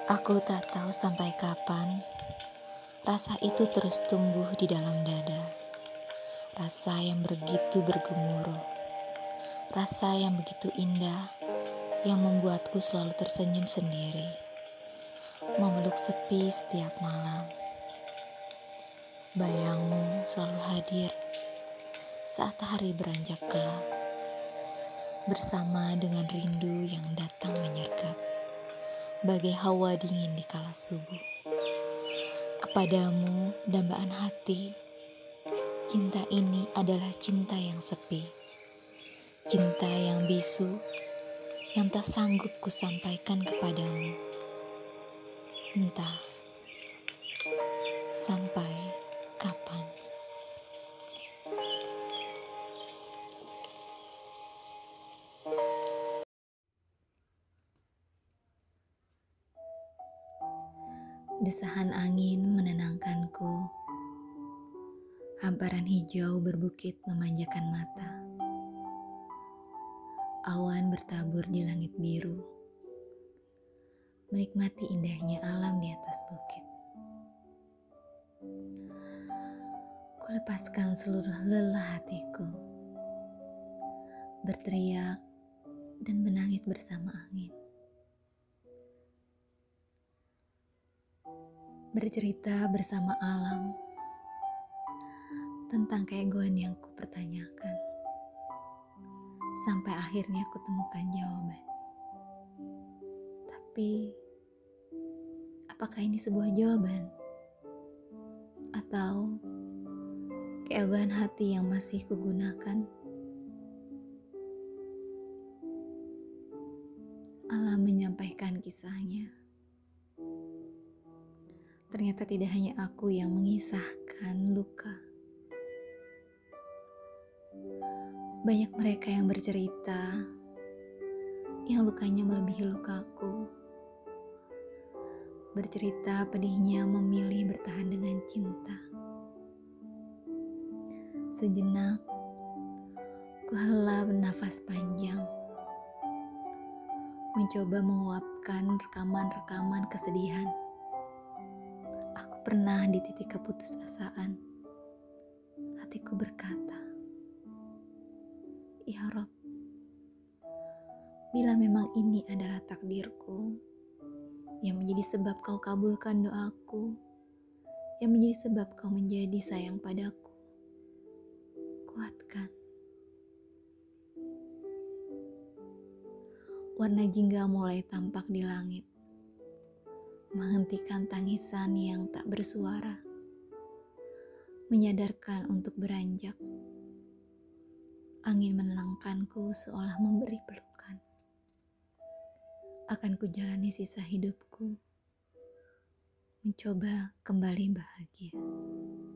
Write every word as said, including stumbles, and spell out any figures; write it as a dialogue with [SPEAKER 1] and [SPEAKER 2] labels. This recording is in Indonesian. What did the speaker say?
[SPEAKER 1] Aku tak tahu sampai kapan rasa itu terus tumbuh di dalam dada. Rasa yang begitu bergemuruh. Rasa yang begitu indah yang membuatku selalu tersenyum sendiri. Memeluk sepi setiap malam. Bayangmu selalu hadir saat hari beranjak gelap. Bersama dengan rindu yang datang menyergap. Bagai hawa dingin di kala subuh. Kepadamu, dambaan hati, cinta ini adalah cinta yang sepi. Cinta yang bisu, yang tak sanggup kusampaikan kepadamu. Entah sampai kapan. Desahan angin menenangkanku. Hamparan hijau berbukit memanjakan mata. Awan bertabur di langit biru. Menikmati indahnya alam di atas bukit. Kulepaskan seluruh lelah hatiku. Berteriak dan menangis bersama angin. Bercerita bersama alam tentang keegoan yang kupertanyakan. Sampai akhirnya kutemukan jawaban. Tapi, apakah ini sebuah jawaban? Atau keegoan hati yang masih kugunakan? Alam menyampaikan kisahnya. Ternyata tidak hanya aku yang mengisahkan luka. Banyak mereka yang bercerita, yang lukanya melebihi lukaku. Bercerita pedihnya memilih bertahan dengan cinta. Sejenak, ku hela bernafas panjang. Mencoba menguapkan rekaman-rekaman kesedihan. Aku pernah di titik keputusasaan. Hatiku berkata, "Ya Rob, bila memang ini adalah takdirku, yang menjadi sebab kau kabulkan doaku, yang menjadi sebab kau menjadi sayang padaku, kuatkan." Warna jingga mulai tampak di langit, menghentikan tangisan yang tak bersuara, menyadarkan untuk beranjak. Angin menenangkanku seolah memberi pelukan. Akan kujalani sisa hidupku, mencoba kembali bahagia.